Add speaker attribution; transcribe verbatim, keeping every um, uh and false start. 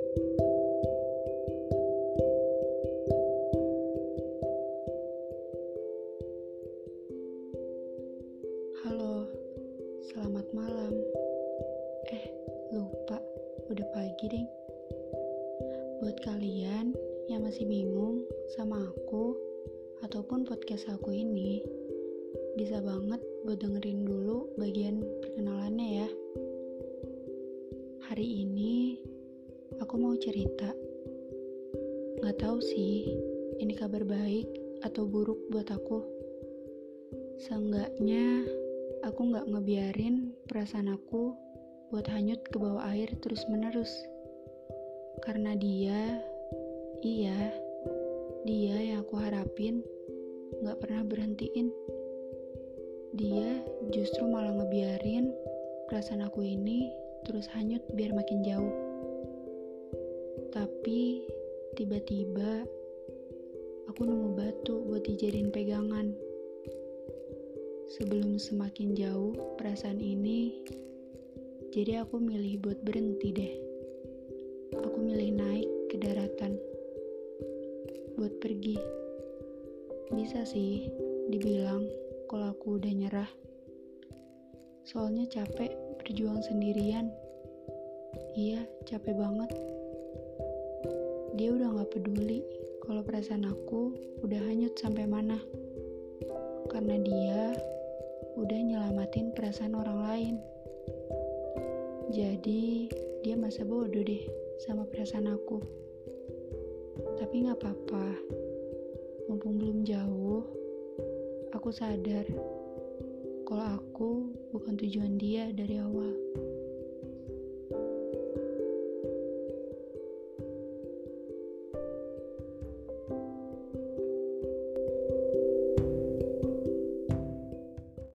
Speaker 1: Halo, selamat malam. Eh, lupa, udah pagi deh. Buat kalian yang masih bingung sama aku ataupun podcast aku ini, bisa banget buat dengerin dulu bagian perkenalannya ya. Hari ini aku mau cerita. Gak tahu sih, ini kabar baik atau buruk buat aku. Seenggaknya aku gak ngebiarin perasaan aku buat hanyut ke bawah air terus-menerus. Karena dia, iya, dia yang aku harapin gak pernah berhentiin. Dia justru malah ngebiarin perasaan aku ini terus hanyut biar makin jauh. Tapi tiba-tiba aku nemu batu buat dijadiin pegangan. Sebelum semakin jauh perasaan ini, jadi aku milih buat berhenti deh. Aku milih naik ke daratan, buat pergi. Bisa sih dibilang kalau aku udah nyerah. Soalnya capek berjuang sendirian. Iya, capek banget. Dia udah gak peduli kalau perasaan aku udah hanyut sampai mana. Karena dia udah nyelamatin perasaan orang lain. Jadi dia masa bodoh deh sama perasaan aku. Tapi gak apa-apa, mumpung belum jauh, aku sadar kalau aku bukan tujuan dia dari awal.